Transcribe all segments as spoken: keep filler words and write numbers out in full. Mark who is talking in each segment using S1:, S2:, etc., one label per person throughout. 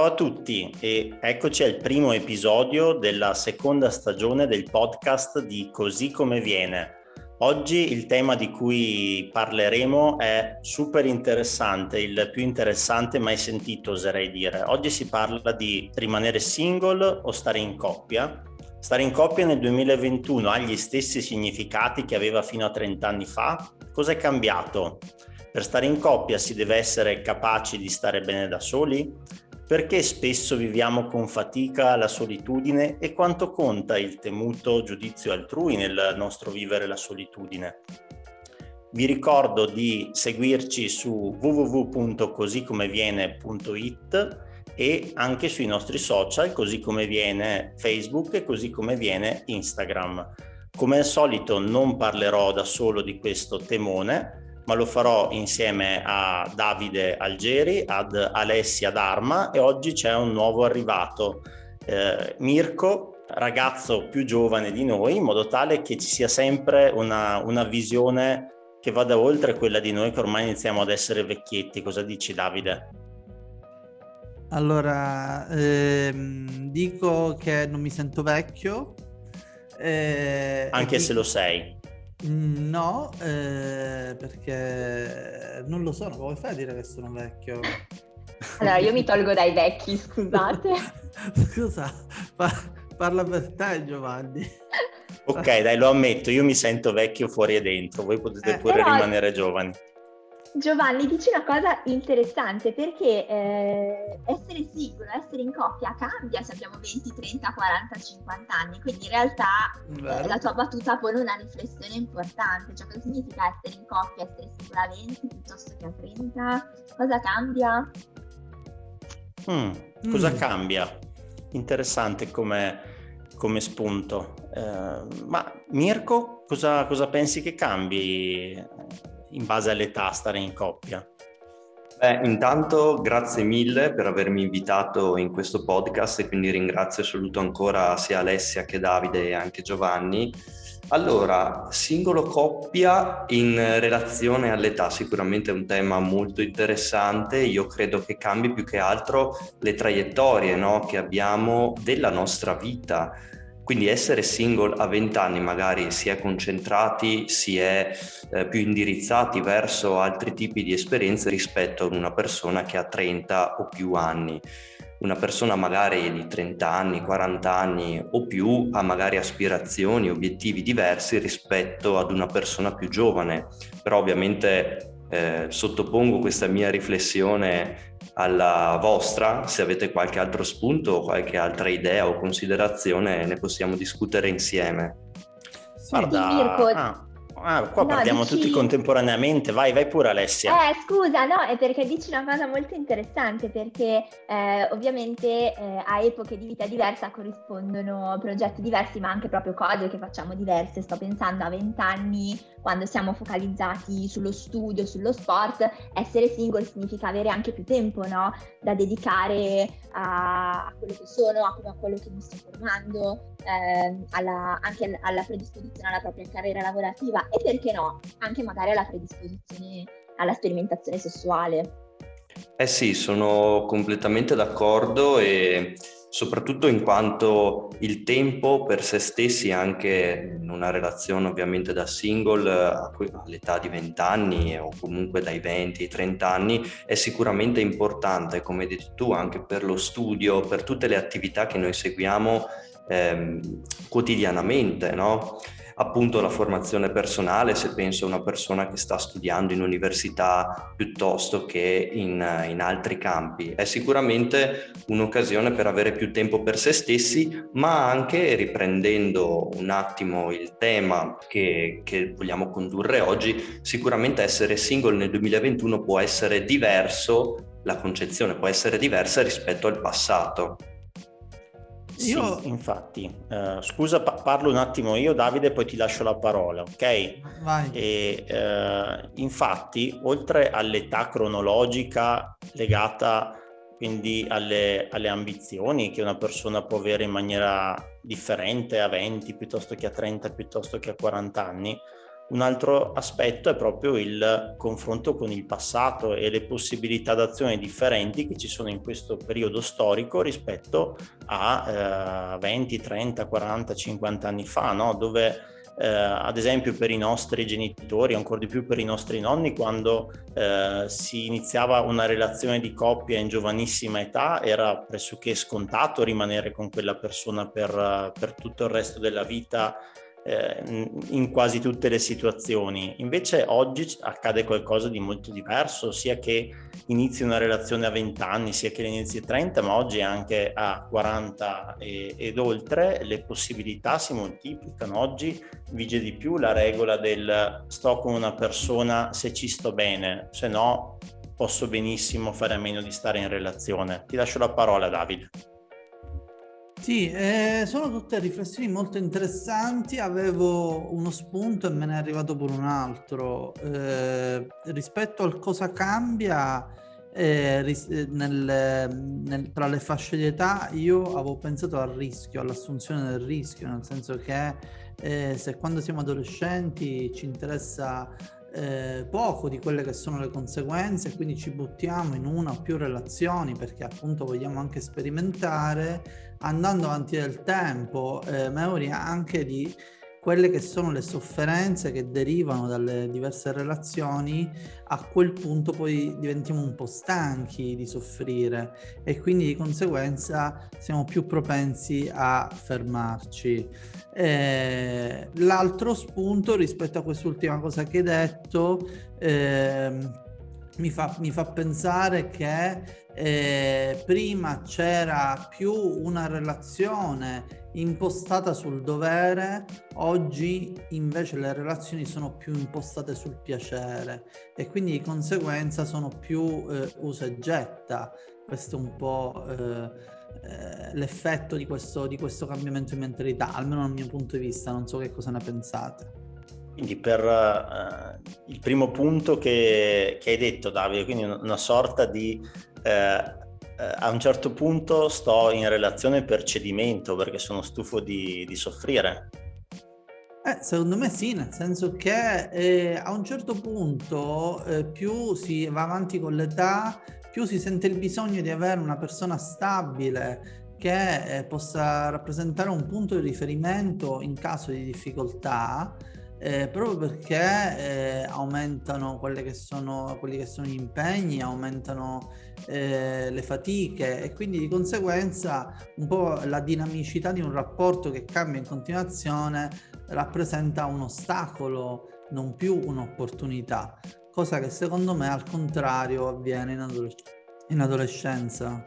S1: Ciao a tutti e eccoci al primo episodio della seconda stagione del podcast di Così come viene. Oggi il tema di cui parleremo è super interessante, il più interessante mai sentito oserei dire. Oggi si parla di rimanere single o stare in coppia. Stare in coppia nel duemilaventuno ha gli stessi significati che aveva fino a trenta anni fa? Cosa è cambiato? Per stare in coppia si deve essere capaci di stare bene da soli? Perché spesso viviamo con fatica la solitudine e quanto conta il temuto giudizio altrui nel nostro vivere la solitudine? Vi ricordo di seguirci su w w w punto così come viene punto i t e anche sui nostri social, così come viene Facebook e così come viene Instagram. Come al solito non parlerò da solo di questo temone, ma lo farò insieme a Davide Algeri, ad Alessia Dharma e oggi c'è un nuovo arrivato, eh, Mirko, ragazzo più giovane di noi, in modo tale che ci sia sempre una, una visione che vada oltre quella di noi che ormai iniziamo ad essere vecchietti. Cosa dici, Davide?
S2: Allora, ehm, dico che non mi sento vecchio. Eh,
S1: Anche se
S2: dico...
S1: lo sei.
S2: No, eh, perché non lo sono. Come fai a dire che sono vecchio?
S3: Allora, io mi tolgo dai vecchi, scusate.
S2: Scusa, pa- parla per te, Giovanni.
S1: Ok, dai, lo ammetto, io mi sento vecchio fuori e dentro, voi potete
S2: Eh,
S1: pure
S3: però...
S1: rimanere giovani.
S3: Giovanni, dici una cosa interessante perché eh, essere singolo, essere in coppia cambia se abbiamo venti, trenta, quaranta, cinquanta anni, quindi in realtà eh, la tua battuta pone una riflessione importante, cioè cosa significa essere in coppia, essere singolo a venti piuttosto che a trenta, cosa cambia?
S1: Mm, cosa
S2: Mm.
S1: cambia? Interessante come, come spunto. Eh, ma Mirko, cosa, cosa pensi che cambi in base all'età stare in coppia?
S4: Beh, intanto grazie mille per avermi invitato in questo podcast e quindi ringrazio e saluto ancora sia Alessia che Davide e anche Giovanni. Allora, singolo coppia in relazione all'età sicuramente è un tema molto interessante. Io credo che cambi più che altro le traiettorie, no, che abbiamo della nostra vita. Quindi essere single a venti anni magari si è concentrati, si è eh, più indirizzati verso altri tipi di esperienze rispetto ad una persona che ha trenta o più anni. Una persona magari di trenta anni, quaranta anni o più ha magari aspirazioni, obiettivi diversi rispetto ad una persona più giovane. Però ovviamente eh, sottopongo questa mia riflessione alla vostra, se avete qualche altro spunto o qualche altra idea o considerazione ne possiamo discutere insieme.
S1: Guarda,
S3: Sì, Mirko.
S1: ah, ah, qua
S3: No,
S1: parliamo
S3: dici-
S1: tutti contemporaneamente, vai, vai pure Alessia.
S3: Eh, scusa, no, è perché dici una cosa molto interessante, perché eh, ovviamente eh, a epoche di vita diversa corrispondono progetti diversi, ma anche proprio cose che facciamo diverse. Sto pensando a vent'anni, quando siamo focalizzati sullo studio, sullo sport, essere single significa avere anche più tempo, no? Da dedicare a, a quello che sono, a, a quello che mi sto formando, eh, alla, anche al- alla predisposizione alla propria carriera lavorativa e perché no, anche magari alla predisposizione alla sperimentazione sessuale.
S4: Eh sì, sono completamente d'accordo e soprattutto in quanto il tempo per se stessi anche in una relazione ovviamente da single a que- all'età di venti anni o comunque dai venti ai trenta anni è sicuramente importante, come hai detto tu, anche per lo studio, per tutte le attività che noi seguiamo ehm, quotidianamente, no? Appunto la formazione personale, se penso a una persona che sta studiando in università piuttosto che in, in altri campi, è sicuramente un'occasione per avere più tempo per se stessi, ma anche, riprendendo un attimo il tema che, che vogliamo condurre oggi, sicuramente essere single nel duemilaventuno può essere diverso, la concezione può essere diversa rispetto al passato.
S2: Io-
S1: Sì, infatti. Eh, scusa, pa- parlo un attimo io, Davide, poi ti lascio la parola, ok?
S2: Vai.
S1: E, eh, infatti, oltre all'età cronologica legata quindi alle, alle ambizioni che una persona può avere in maniera differente a venti piuttosto che a trenta, piuttosto che a quaranta anni, Un altro aspetto è proprio il confronto con il passato e le possibilità d'azione differenti che ci sono in questo periodo storico rispetto a eh, venti, trenta, quaranta, cinquanta anni fa, no? Dove eh, ad esempio per i nostri genitori, ancora di più per i nostri nonni, quando eh, si iniziava una relazione di coppia in giovanissima età, era pressoché scontato rimanere con quella persona per, per tutto il resto della vita, in quasi tutte le situazioni. Invece oggi accade qualcosa di molto diverso, sia che inizi una relazione a venti anni, sia che inizi a trenta, ma oggi anche a quaranta e, ed oltre le possibilità si moltiplicano. Oggi vige di più la regola del sto con una persona se ci sto bene, se no posso benissimo fare a meno di stare in relazione. Ti lascio la parola, Davide.
S2: Sì, eh, sono tutte riflessioni molto interessanti. Avevo uno spunto e me ne è arrivato pure un altro. Eh, rispetto al cosa cambia eh, ris- nel, nel, tra le fasce di età, io avevo pensato al rischio, all'assunzione del rischio, nel senso che eh, se quando siamo adolescenti ci interessa Eh, poco di quelle che sono le conseguenze, quindi ci buttiamo in una o più relazioni perché appunto vogliamo anche sperimentare, andando avanti nel tempo, eh, memoria anche di quelle che sono le sofferenze che derivano dalle diverse relazioni. A quel punto poi diventiamo un po' stanchi di soffrire e quindi di conseguenza siamo più propensi a fermarci. Eh, l'altro spunto rispetto a quest'ultima cosa che hai detto eh, mi fa, mi fa pensare che eh, prima c'era più una relazione impostata sul dovere, oggi invece le relazioni sono più impostate sul piacere e quindi di conseguenza sono più eh, usa e getta. Questo è un po' eh, eh, l'effetto di questo, di questo cambiamento di mentalità, almeno dal mio punto di vista. Non so che cosa ne pensate.
S1: Quindi per uh, il primo punto che, che hai detto, Davide, quindi una, una sorta di eh, a un certo punto sto in relazione per cedimento perché sono stufo di, di soffrire.
S2: Eh, secondo me sì, nel senso che eh, a un certo punto eh, più si va avanti con l'età, più si sente il bisogno di avere una persona stabile che eh, possa rappresentare un punto di riferimento in caso di difficoltà. Eh, proprio perché eh, aumentano quelle che sono, quelli che sono gli impegni, aumentano eh, le fatiche e quindi di conseguenza un po' la dinamicità di un rapporto che cambia in continuazione rappresenta un ostacolo, non più un'opportunità, cosa che secondo me al contrario avviene in, adolesc- in adolescenza.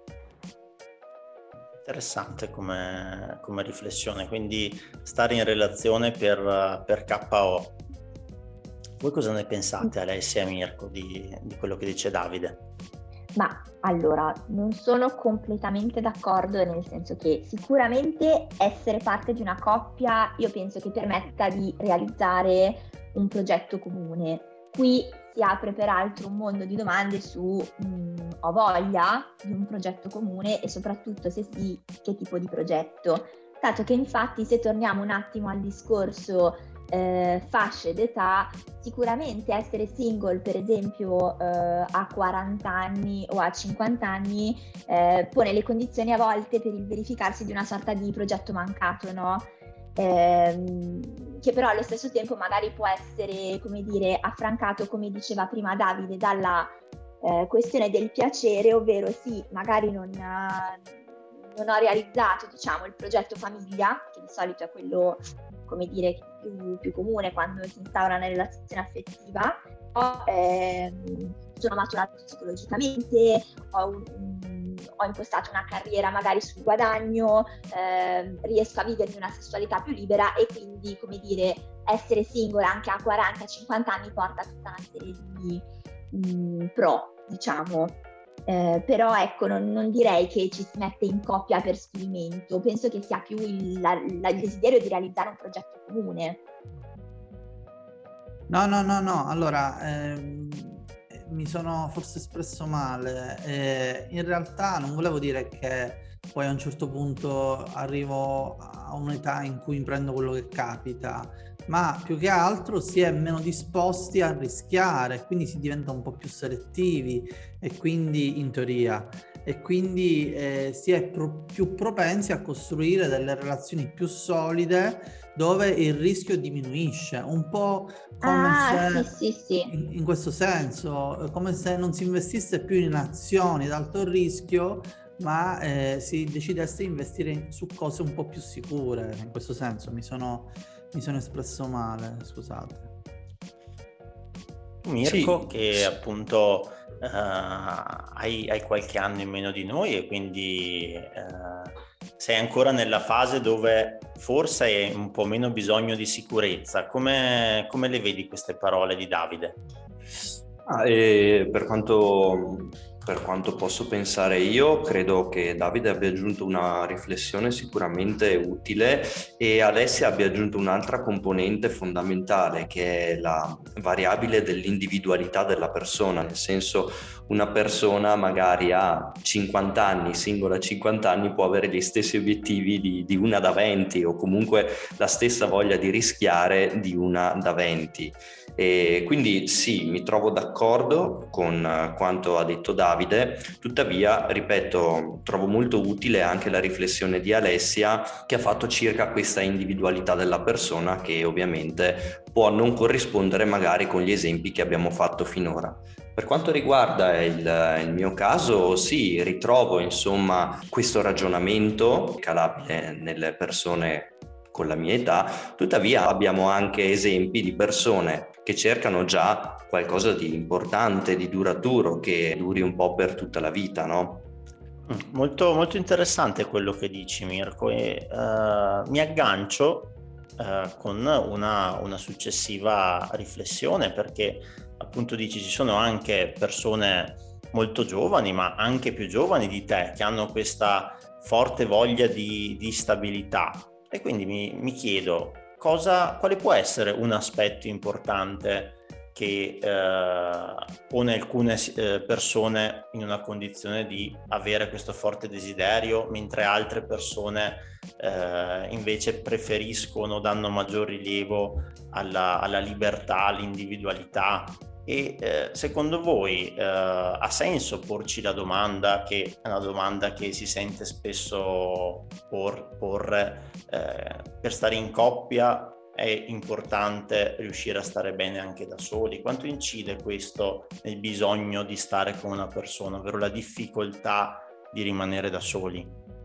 S1: Interessante come, come riflessione, quindi stare in relazione per, per K O. Voi cosa ne pensate, Alessia e Mirko, di, di quello che dice Davide?
S3: Ma allora, non sono completamente d'accordo, nel senso che sicuramente essere parte di una coppia io penso che permetta di realizzare un progetto comune. Qui si apre peraltro un mondo di domande su mh, ho voglia di un progetto comune e soprattutto se sì, che tipo di progetto. Dato che infatti se torniamo un attimo al discorso eh, fasce d'età, sicuramente essere single per esempio eh, a quaranta anni o a cinquanta anni eh, pone le condizioni a volte per il verificarsi di una sorta di progetto mancato, no? Eh, che però allo stesso tempo magari può essere, come dire, affrancato, come diceva prima Davide, dalla eh, questione del piacere, ovvero sì, magari non, uh, non ho realizzato, diciamo, il progetto famiglia, che di solito è quello, come dire, più, più comune quando si instaura una relazione affettiva, o eh, sono maturato psicologicamente, ho un ho impostato una carriera magari sul guadagno, eh, riesco a vivermi una sessualità più libera e quindi, come dire, essere single anche a quaranta cinquanta anni porta tutta una serie di mh, pro, diciamo. Eh, però ecco, non, non direi che ci si mette in coppia per sfinimento, penso che sia più il, la, la, il desiderio di realizzare un progetto comune.
S2: No, no, no, no, allora... Ehm... mi sono forse espresso male. Eh, in realtà non volevo dire che poi a un certo punto arrivo a un'età in cui prendo quello che capita. ma più che altro si è meno disposti a rischiare, quindi si diventa un po' più selettivi e quindi in teoria e quindi eh, si è pro- più propensi a costruire delle relazioni più solide dove il rischio diminuisce, un po' come
S3: ah,
S2: se
S3: sì, sì, sì.
S2: In, in questo senso, come se non si investisse più in azioni ad alto rischio, ma eh, si decidesse di investire in, su cose un po' più sicure. In questo senso mi sono, mi sono espresso male, scusate.
S1: Mirko,
S4: Sì.
S1: che appunto uh, hai, hai qualche anno in meno di noi e quindi uh, sei ancora nella fase dove forse hai un po' meno bisogno di sicurezza. Come, come le vedi queste parole di Davide?
S4: Ah, e per quanto, per quanto posso pensare io, credo che Davide abbia aggiunto una riflessione sicuramente utile e Alessia abbia aggiunto un'altra componente fondamentale, che è la variabile dell'individualità della persona, nel senso una persona magari a cinquanta anni, singola cinquanta anni, può avere gli stessi obiettivi di, di una da venti o comunque la stessa voglia di rischiare di una da venti. E quindi sì, mi trovo d'accordo con quanto ha detto Davide, tuttavia, ripeto, trovo molto utile anche la riflessione di Alessia che ha fatto circa questa individualità della persona, che ovviamente può non corrispondere magari con gli esempi che abbiamo fatto finora. Per quanto riguarda il, il mio caso, sì, ritrovo insomma questo ragionamento calabile nelle persone con la mia età, tuttavia abbiamo anche esempi di persone che cercano già qualcosa di importante, di duraturo, che duri un po' per tutta la vita, no?
S1: Molto, molto interessante quello che dici, Mirko, e uh, mi aggancio uh, con una, una successiva riflessione, perché appunto dici ci sono anche persone molto giovani, ma anche più giovani di te, che hanno questa forte voglia di, di stabilità. E quindi mi, mi chiedo cosa, quale può essere un aspetto importante che eh, pone alcune eh, persone in una condizione di avere questo forte desiderio, mentre altre persone eh, invece preferiscono, danno maggior rilievo alla, alla libertà, all'individualità. E eh, secondo voi eh, ha senso porci la domanda, che è una domanda che si sente spesso por, porre, eh, per stare in coppia è importante riuscire a stare bene anche da soli? Quanto incide questo nel bisogno di stare con una persona, ovvero la difficoltà di rimanere da soli?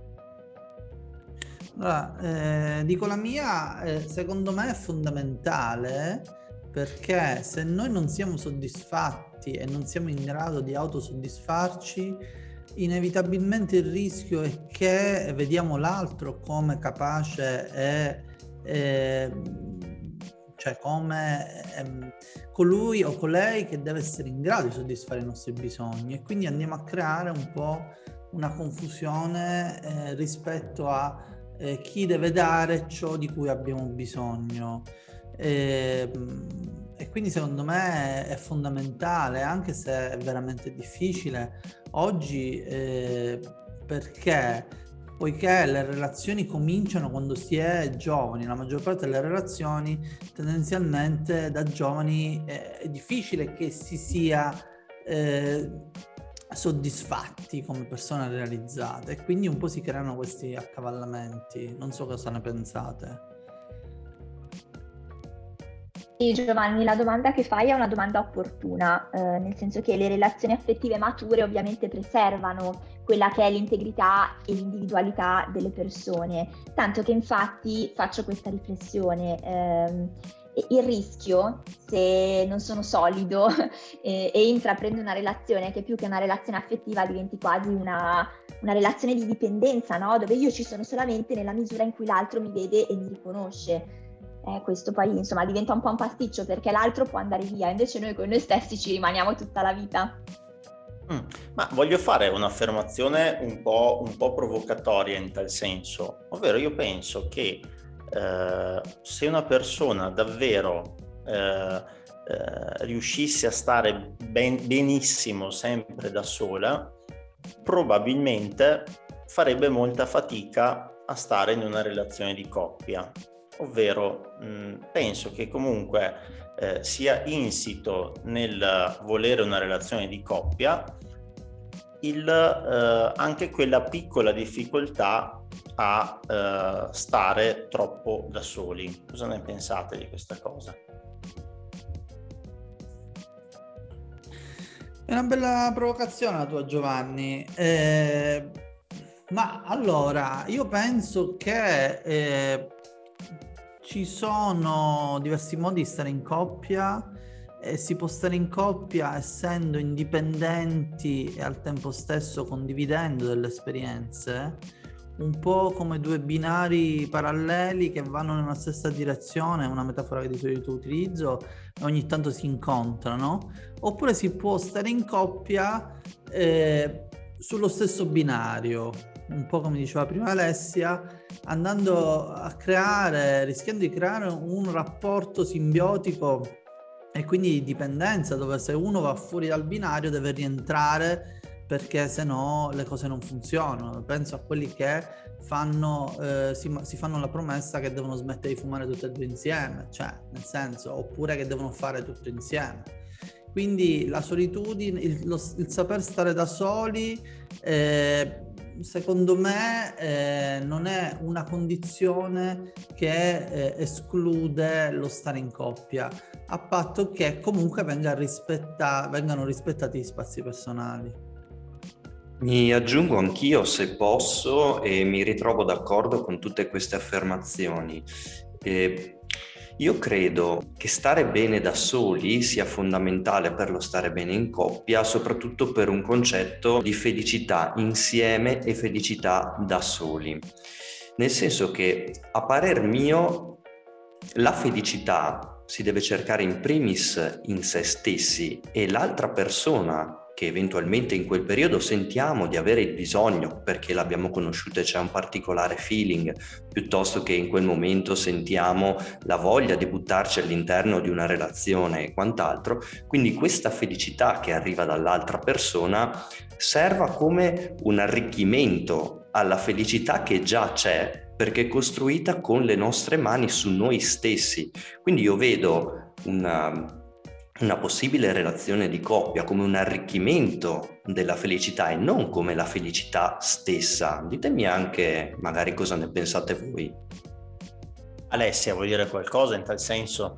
S2: Allora, eh, dico la mia, eh, secondo me è fondamentale, perché se noi non siamo soddisfatti e non siamo in grado di autosoddisfarci, inevitabilmente il rischio è che vediamo l'altro come capace e eh, cioè come ehm, colui o colei che deve essere in grado di soddisfare i nostri bisogni, e quindi andiamo a creare un po' una confusione eh, rispetto a eh, chi deve dare ciò di cui abbiamo bisogno. E, e quindi secondo me è fondamentale, anche se è veramente difficile oggi, eh, perché poiché le relazioni cominciano quando si è giovani, la maggior parte delle relazioni tendenzialmente da giovani eh, è difficile che si sia eh, soddisfatti come persone realizzate, e quindi un po' si creano questi accavallamenti. Non so cosa ne pensate.
S3: Sì, Giovanni, la domanda che fai è una domanda opportuna, eh, nel senso che le relazioni affettive mature ovviamente preservano quella che è l'integrità e l'individualità delle persone, tanto che infatti faccio questa riflessione. Ehm, il rischio, se non sono solido e, e intraprendo una relazione che più che una relazione affettiva diventi quasi una, una relazione di dipendenza, no? Dove io ci sono solamente nella misura in cui l'altro mi vede e mi riconosce. Eh, questo poi insomma diventa un po' un pasticcio, perché l'altro può andare via, invece noi con noi stessi ci rimaniamo tutta la vita.
S1: Mm, ma voglio fare un'affermazione un po', un po' provocatoria in tal senso, ovvero io penso che eh, se una persona davvero eh, eh, riuscisse a stare ben, benissimo sempre da sola, probabilmente farebbe molta fatica a stare in una relazione di coppia. ovvero mh, penso che comunque eh, sia insito nel volere una relazione di coppia il, eh, anche quella piccola difficoltà a eh, stare troppo da soli. Cosa ne pensate di questa cosa?
S2: È una bella provocazione la tua, Giovanni. Eh, ma allora, io penso che eh, ci sono diversi modi di stare in coppia e si può stare in coppia essendo indipendenti e al tempo stesso condividendo delle esperienze, un po' come due binari paralleli che vanno nella stessa direzione, una metafora che di solito utilizzo, e ogni tanto si incontrano. Oppure si può stare in coppia eh, sullo stesso binario, un po' come diceva prima Alessia, andando a creare, rischiando di creare un rapporto simbiotico e quindi di dipendenza, dove se uno va fuori dal binario deve rientrare perché se no le cose non funzionano. Penso a quelli che fanno eh, si, si fanno la promessa che devono smettere di fumare tutte e due insieme, cioè nel senso, oppure che devono fare tutto insieme. Quindi la solitudine, il, lo, il saper stare da soli eh, secondo me eh, non è una condizione che eh, esclude lo stare in coppia, a patto che comunque venga rispetta, vengano rispettati gli spazi personali.
S4: Mi aggiungo anch'io, se posso, e mi ritrovo d'accordo con tutte queste affermazioni. Eh, io credo che stare bene da soli sia fondamentale per lo stare bene in coppia, soprattutto per un concetto di felicità insieme e felicità da soli. Nel senso che, a parer mio, la felicità si deve cercare in primis in se stessi, e l'altra persona che eventualmente in quel periodo sentiamo di avere il bisogno perché l'abbiamo conosciuta e c'è un particolare feeling, piuttosto che in quel momento sentiamo la voglia di buttarci all'interno di una relazione e quant'altro. Quindi questa felicità che arriva dall'altra persona serva come un arricchimento alla felicità che già c'è, perché è costruita con le nostre mani su noi stessi. Quindi io vedo una una possibile relazione di coppia come un arricchimento della felicità e non come la felicità stessa. Ditemi anche magari cosa ne pensate voi.
S1: Alessia, vuoi dire qualcosa in tal senso?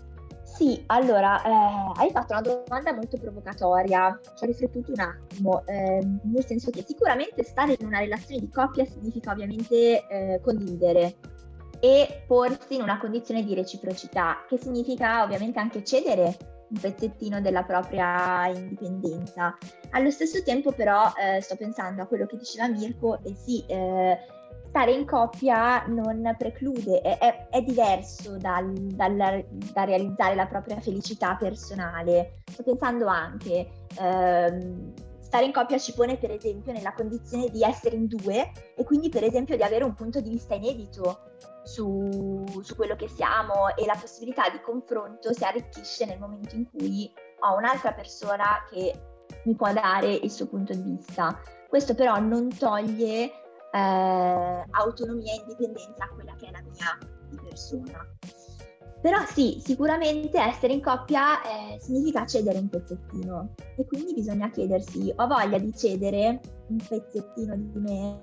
S3: Sì, allora, eh, hai fatto una domanda molto provocatoria, ci ho riflettuto un attimo, eh, nel senso che sicuramente stare in una relazione di coppia significa ovviamente eh, condividere e porsi in una condizione di reciprocità, che significa ovviamente anche cedere un pezzettino della propria indipendenza. Allo stesso tempo però eh, sto pensando a quello che diceva Mirko, e sì, eh, stare in coppia non preclude, è, è, è diverso dal, dal, da realizzare la propria felicità personale. Sto pensando anche, ehm, stare in coppia ci pone per esempio nella condizione di essere in due e quindi per esempio di avere un punto di vista inedito Su, su quello che siamo, e la possibilità di confronto si arricchisce nel momento in cui ho un'altra persona che mi può dare il suo punto di vista. Questo però non toglie eh, autonomia e indipendenza a quella che è la mia di persona. Però sì, sicuramente essere in coppia eh, significa cedere un pezzettino, e quindi bisogna chiedersi: ho voglia di cedere un pezzettino di me?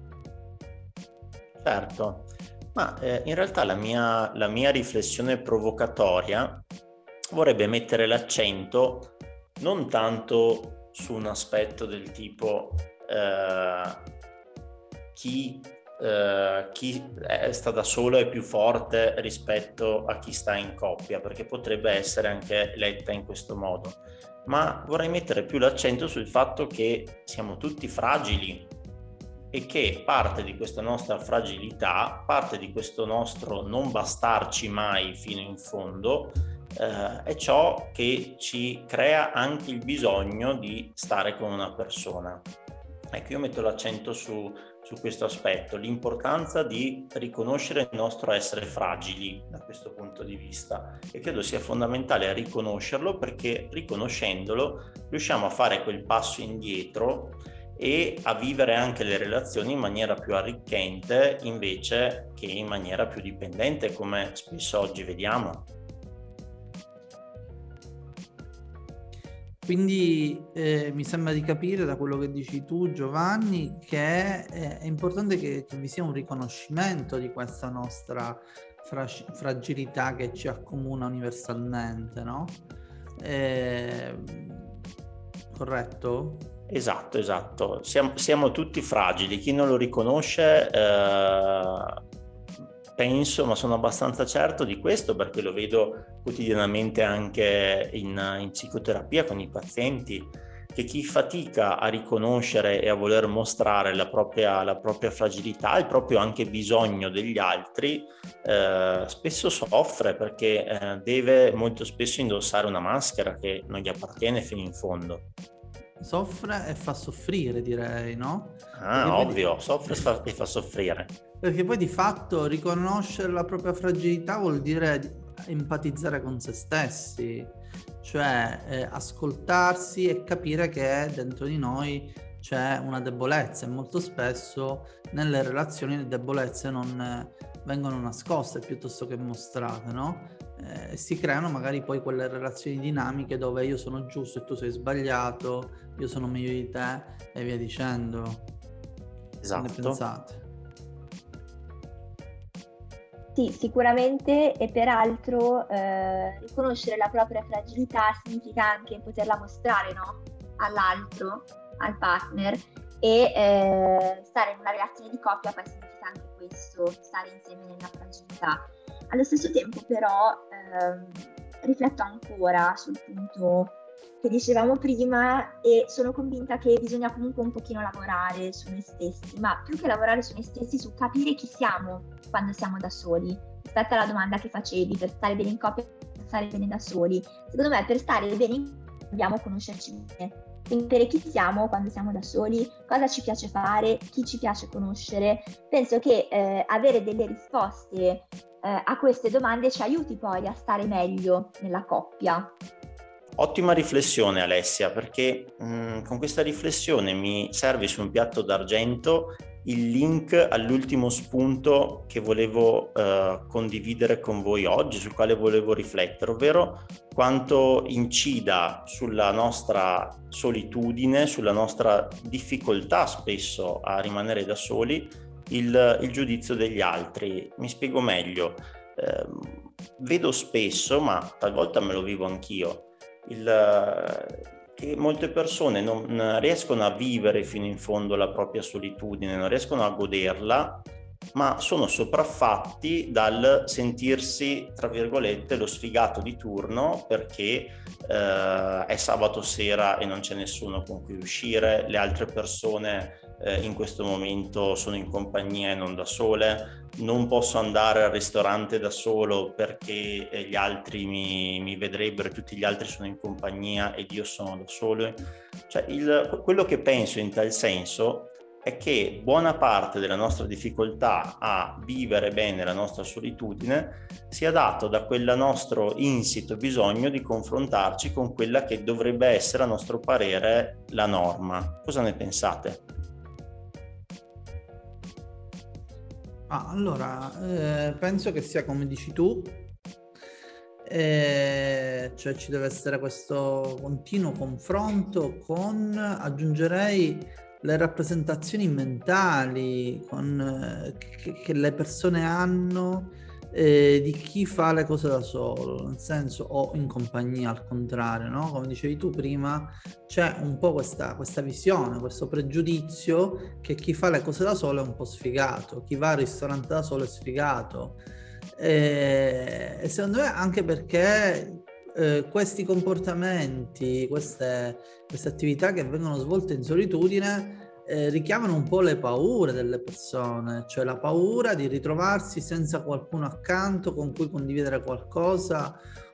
S1: Certo. Ma eh, in realtà la mia, la mia riflessione provocatoria vorrebbe mettere l'accento non tanto su un aspetto del tipo eh, chi, eh, chi è, sta da solo è più forte rispetto a chi sta in coppia, perché potrebbe essere anche letta in questo modo, ma vorrei mettere più l'accento sul fatto che siamo tutti fragili e che parte di questa nostra fragilità, parte di questo nostro non bastarci mai fino in fondo, eh, è ciò che ci crea anche il bisogno di stare con una persona. Ecco, io metto l'accento su, su questo aspetto, l'importanza di riconoscere il nostro essere fragili da questo punto di vista, e credo sia fondamentale riconoscerlo, perché riconoscendolo riusciamo a fare quel passo indietro e a vivere anche le relazioni in maniera più arricchente invece che in maniera più dipendente, come spesso oggi vediamo.
S2: Quindi eh, mi sembra di capire da quello che dici tu, Giovanni, che è, è importante che, che vi sia un riconoscimento di questa nostra fra- fragilità che ci accomuna universalmente, no? Eh, corretto?
S1: Esatto, esatto. Siamo, siamo tutti fragili. Chi non lo riconosce, eh, penso, ma sono abbastanza certo di questo perché lo vedo quotidianamente anche in, in psicoterapia con i pazienti, che chi fatica a riconoscere e a voler mostrare la propria, la propria fragilità, il proprio anche bisogno degli altri, eh, spesso soffre perché eh, deve molto spesso indossare una maschera che non gli appartiene fino in fondo.
S2: Soffre e fa soffrire, direi, no?
S1: Ah,
S2: perché
S1: ovvio,
S2: di...
S1: soffre e fa, e fa soffrire.
S2: Perché poi di fatto riconoscere la propria fragilità vuol dire empatizzare con se stessi, cioè eh, ascoltarsi e capire che dentro di noi c'è una debolezza, e molto spesso nelle relazioni le debolezze non eh, vengono nascoste piuttosto che mostrate, no? Eh, si creano magari poi quelle relazioni dinamiche dove io sono giusto e tu sei sbagliato, io sono meglio di te e via dicendo.
S1: Esatto.
S2: Che ne pensate?
S3: Sì, sicuramente, e peraltro eh, riconoscere la propria fragilità significa anche poterla mostrare, no? All'altro, al partner, e eh, stare in una relazione di coppia poi significa anche questo, stare insieme nella fragilità. Allo stesso tempo però ehm, rifletto ancora sul punto che dicevamo prima e sono convinta che bisogna comunque un pochino lavorare su noi stessi, ma più che lavorare su noi stessi, su capire chi siamo quando siamo da soli. Rispetto alla domanda che facevi, per stare bene in coppia, per stare bene da soli, secondo me per stare bene in coppia dobbiamo conoscerci bene. Sapere chi siamo quando siamo da soli, cosa ci piace fare, chi ci piace conoscere. Penso che eh, avere delle risposte eh, a queste domande ci aiuti poi a stare meglio nella coppia.
S1: Ottima riflessione, Alessia, perché mh, con questa riflessione mi serve su un piatto d'argento il link all'ultimo spunto che volevo eh, condividere con voi oggi, sul quale volevo riflettere, ovvero quanto incida sulla nostra solitudine, sulla nostra difficoltà spesso a rimanere da soli, il, il giudizio degli altri. Mi spiego meglio. Eh, vedo spesso, ma talvolta me lo vivo anch'io, il, che molte persone non riescono a vivere fino in fondo la propria solitudine, non riescono a goderla, ma sono sopraffatti dal sentirsi, tra virgolette, lo sfigato di turno perché eh, è sabato sera e non c'è nessuno con cui uscire, le altre persone eh, in questo momento sono in compagnia e non da sole, non posso andare al ristorante da solo perché gli altri mi, mi vedrebbero, tutti gli altri sono in compagnia ed io sono da solo. Cioè il, quello che penso in tal senso è che buona parte della nostra difficoltà a vivere bene la nostra solitudine sia dato da quel nostro insito bisogno di confrontarci con quella che dovrebbe essere, a nostro parere, la norma. Cosa ne pensate?
S2: Ah, allora, eh, penso che sia come dici tu, eh, cioè ci deve essere questo continuo confronto con, aggiungerei, le rappresentazioni mentali con, eh, che, che le persone hanno eh, di chi fa le cose da solo, nel senso, o in compagnia al contrario, no? Come dicevi tu prima, c'è un po' questa, questa visione, questo pregiudizio che chi fa le cose da solo è un po' sfigato, chi va al ristorante da solo è sfigato. E, e secondo me anche perché eh, questi comportamenti, queste, queste attività che vengono svolte in solitudine eh, richiamano un po' le paure delle persone, cioè la paura di ritrovarsi senza qualcuno accanto con cui condividere qualcosa,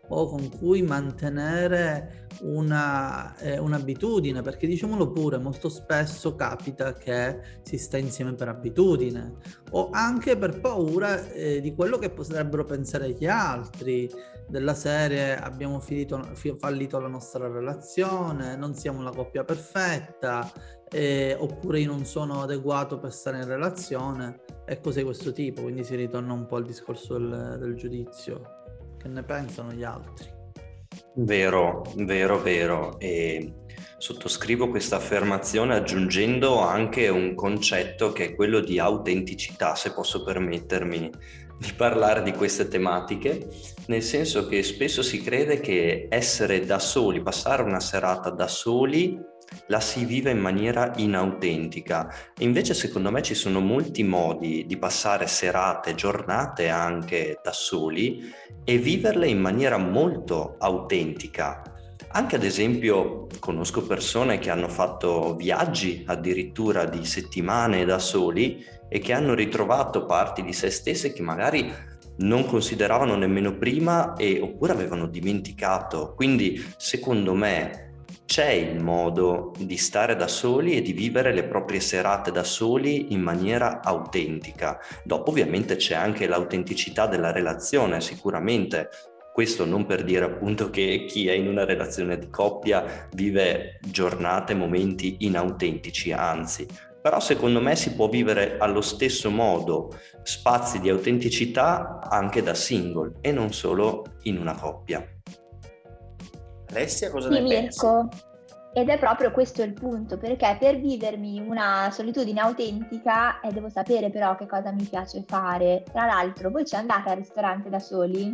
S2: o con cui mantenere una, eh, un'abitudine, perché diciamolo pure, molto spesso capita che si sta insieme per abitudine o anche per paura eh, di quello che potrebbero pensare gli altri, della serie abbiamo finito, fallito la nostra relazione, non siamo la coppia perfetta, eh, oppure io non sono adeguato per stare in relazione e cose di questo tipo, quindi si ritorna un po' al discorso del, del giudizio. Che ne pensano gli altri?
S4: Vero, vero, vero. E sottoscrivo questa affermazione aggiungendo anche un concetto che è quello di autenticità, se posso permettermi di parlare di queste tematiche, nel senso che spesso si crede che essere da soli, passare una serata da soli, la si vive in maniera inautentica. Invece secondo me ci sono molti modi di passare serate, giornate anche da soli e viverle in maniera molto autentica. Anche ad esempio conosco persone che hanno fatto viaggi addirittura di settimane da soli e che hanno ritrovato parti di se stesse che magari non consideravano nemmeno prima e oppure avevano dimenticato. Quindi secondo me c'è il modo di stare da soli e di vivere le proprie serate da soli in maniera autentica. Dopo ovviamente c'è anche l'autenticità della relazione, sicuramente. Questo non per dire appunto che chi è in una relazione di coppia vive giornate, momenti inautentici, anzi. Però secondo me si può vivere allo stesso modo spazi di autenticità anche da single e non solo in una coppia.
S1: Alessia, cosa
S3: sì,
S1: ne
S3: Mirko.
S1: pensi?
S3: Ed è proprio questo il punto, perché per vivermi una solitudine autentica eh, devo sapere però che cosa mi piace fare. Tra l'altro, voi ci andate al ristorante da soli?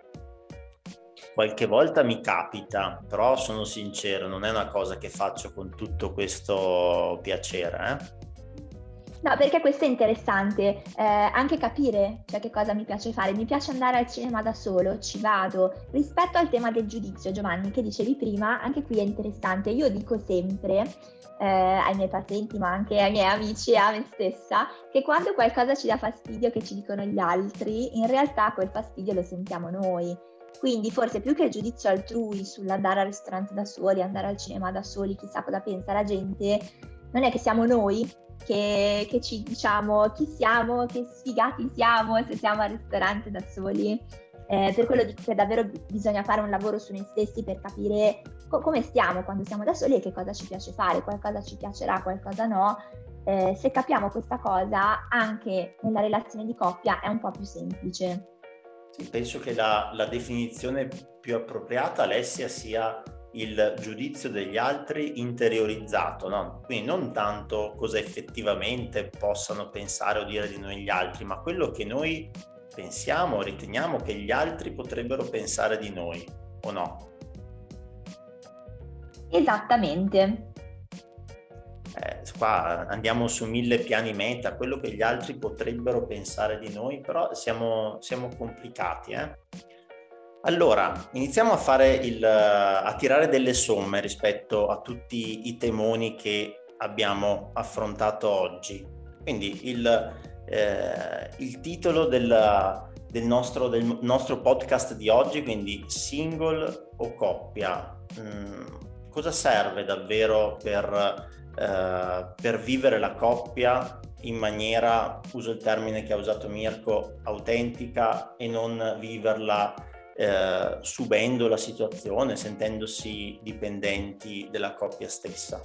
S1: Qualche volta mi capita, però sono sincero, non è una cosa che faccio con tutto questo piacere, eh?
S3: No, perché questo è interessante, eh, anche capire cioè che cosa mi piace fare. Mi piace andare al cinema da solo, ci vado. Rispetto al tema del giudizio, Giovanni, che dicevi prima, anche qui è interessante. Io dico sempre eh, ai miei pazienti, ma anche ai miei amici e a me stessa, che quando qualcosa ci dà fastidio che ci dicono gli altri, in realtà quel fastidio lo sentiamo noi. Quindi forse più che il giudizio altrui sull'andare al ristorante da soli, andare al cinema da soli, chissà cosa pensa la gente, non è che siamo noi che, che ci diciamo chi siamo, che sfigati siamo se siamo al ristorante da soli. Eh, per quello dico che davvero bisogna fare un lavoro su noi stessi per capire co- come stiamo quando siamo da soli e che cosa ci piace fare, qualcosa ci piacerà, qualcosa no. Eh, se capiamo questa cosa, anche nella relazione di coppia è un po' più semplice.
S1: Sì, penso che la, la definizione più appropriata, Alessia, sia il giudizio degli altri interiorizzato, no? Quindi non tanto cosa effettivamente possano pensare o dire di noi gli altri, ma quello che noi pensiamo, riteniamo che gli altri potrebbero pensare di noi, o no?
S3: Esattamente.
S1: Eh, qua andiamo su mille piani meta, quello che gli altri potrebbero pensare di noi, però siamo, siamo complicati, eh? Allora, iniziamo a fare il, a tirare delle somme rispetto a tutti i temoni che abbiamo affrontato oggi. Quindi il, eh, il titolo del, del, nostro, del nostro podcast di oggi, quindi single o coppia, mm, cosa serve davvero per, eh, per vivere la coppia in maniera, uso il termine che ha usato Mirko, autentica e non viverla Eh, subendo la situazione, sentendosi dipendenti della coppia stessa?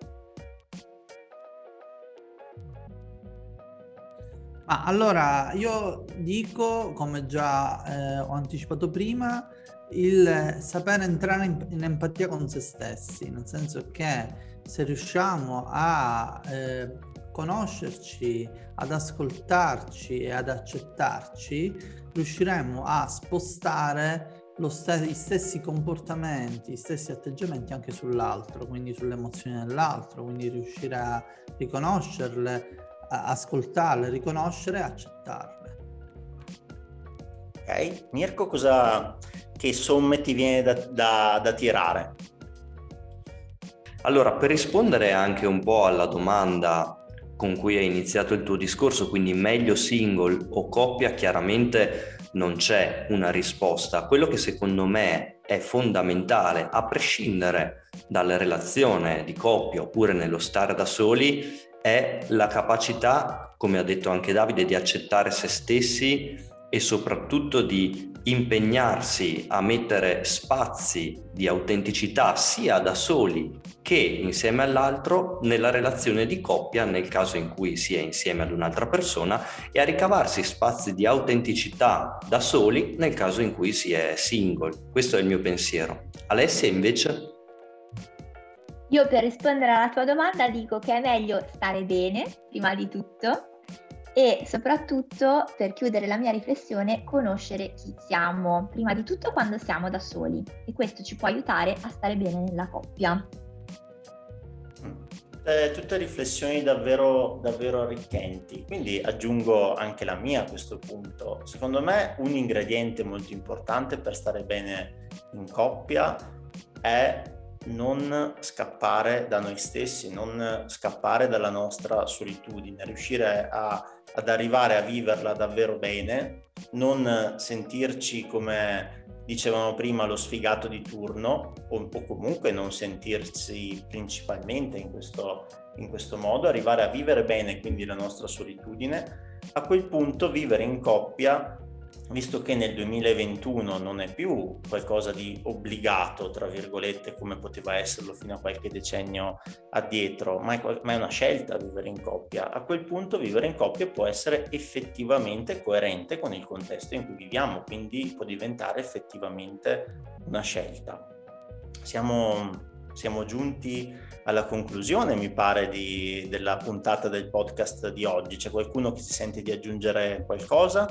S2: Ma allora io dico, come già eh, ho anticipato prima, il sapere entrare in, in empatia con se stessi, nel senso che se riusciamo a eh, conoscerci, ad ascoltarci e ad accettarci, riusciremo a spostare lo st- gli stessi comportamenti, gli stessi atteggiamenti anche sull'altro, quindi sulle emozioni dell'altro, quindi riuscire a riconoscerle, a ascoltarle, riconoscere e accettarle.
S1: Ok, Mirko, cosa, che somme ti viene da, da, da tirare?
S4: Allora, per rispondere anche un po' alla domanda con cui hai iniziato il tuo discorso, quindi meglio single o coppia, chiaramente non c'è una risposta. Quello che secondo me è fondamentale, a prescindere dalla relazione di coppia oppure nello stare da soli, è la capacità, come ha detto anche Davide, di accettare se stessi e soprattutto di impegnarsi a mettere spazi di autenticità sia da soli che insieme all'altro nella relazione di coppia, nel caso in cui si è insieme ad un'altra persona, e a ricavarsi spazi di autenticità da soli nel caso in cui si è single. Questo è il mio pensiero. Alessia invece?
S3: Io per rispondere alla tua domanda dico che è meglio stare bene prima di tutto e soprattutto, per chiudere la mia riflessione, conoscere chi siamo prima di tutto quando siamo da soli, e questo ci può aiutare a stare bene nella coppia.
S1: Eh, tutte riflessioni davvero, davvero arricchenti, quindi aggiungo anche la mia a questo punto. Secondo me un ingrediente molto importante per stare bene in coppia è non scappare da noi stessi, non scappare dalla nostra solitudine, riuscire a, ad arrivare a viverla davvero bene, non sentirci, come dicevamo prima, lo sfigato di turno, o, o comunque non sentirsi principalmente in questo, in questo modo, arrivare a vivere bene quindi la nostra solitudine. A quel punto vivere in coppia, visto che nel duemilaventuno non è più qualcosa di obbligato, tra virgolette, come poteva esserlo fino a qualche decennio addietro, ma è, ma è una scelta vivere in coppia. A quel punto vivere in coppia può essere effettivamente coerente con il contesto in cui viviamo, quindi può diventare effettivamente una scelta. Siamo, siamo giunti alla conclusione, mi pare, di, della puntata del podcast di oggi. C'è qualcuno che si sente di aggiungere qualcosa?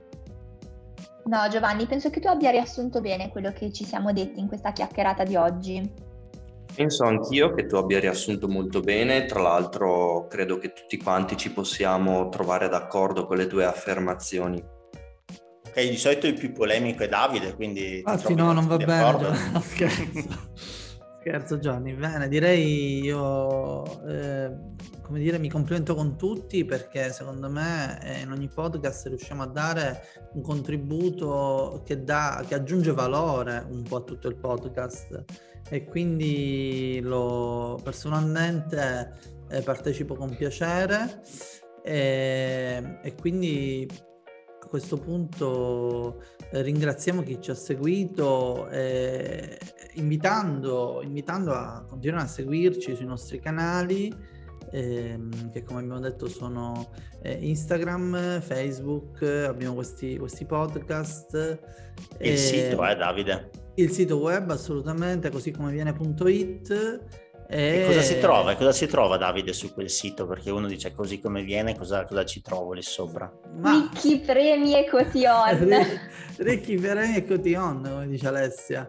S3: No, Giovanni, penso che tu abbia riassunto bene quello che ci siamo detti in questa chiacchierata di oggi.
S4: Penso anch'io che tu abbia riassunto molto bene, tra l'altro credo che tutti quanti ci possiamo trovare d'accordo con le tue affermazioni.
S1: Ok, di solito il più polemico è Davide, quindi...
S2: Ah sì, no, non va bene, no, scherzo. Scherzo Gianni, bene, direi io, eh, come dire, mi complimento con tutti, perché secondo me eh, in ogni podcast riusciamo a dare un contributo che, dà, che aggiunge valore un po' a tutto il podcast, e quindi lo personalmente eh, partecipo con piacere e, e quindi a questo punto eh, ringraziamo chi ci ha seguito, eh, invitando, invitando a continuare a seguirci sui nostri canali, ehm, che come abbiamo detto sono eh, Instagram, Facebook, abbiamo questi, questi podcast.
S1: Il
S2: eh,
S1: sito, eh Davide?
S2: Il sito web, assolutamente, così come viene punto it.
S1: E cosa si trova? Cosa si trova, Davide, su quel sito? Perché uno dice così come viene, cosa, cosa ci trovo lì sopra?
S3: Ma... Ricchi premi e cotillon.
S2: Ricchi premi e cotillon, come dice Alessia.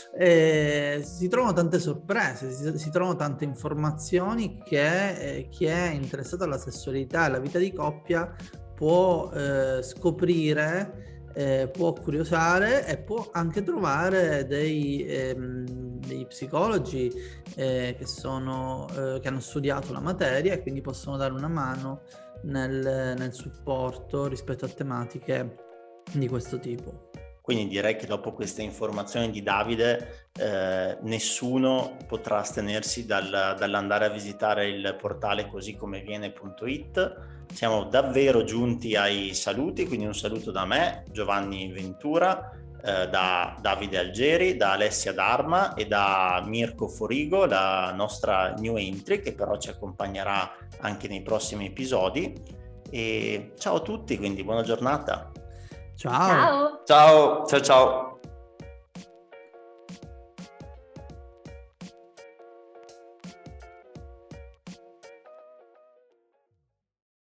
S2: E si trovano tante sorprese, si, si trovano tante informazioni che eh, chi è interessato alla sessualità e alla vita di coppia può eh, scoprire, eh, può curiosare e può anche trovare dei, ehm, dei psicologi eh, che sono eh, che hanno studiato la materia e quindi possono dare una mano nel, nel supporto rispetto a tematiche di questo tipo.
S1: Quindi direi che dopo queste informazioni di Davide eh, nessuno potrà astenersi dal, dall'andare a visitare il portale così come viene punto it. Siamo davvero giunti ai saluti, quindi un saluto da me, Giovanni Ventura, eh, da Davide Algeri, da Alessia Dharma e da Mirko Forigo, la nostra new entry, che però ci accompagnerà anche nei prossimi episodi. E ciao a tutti, quindi buona giornata.
S2: Ciao.
S3: Ciao.
S4: Ciao, ciao ciao.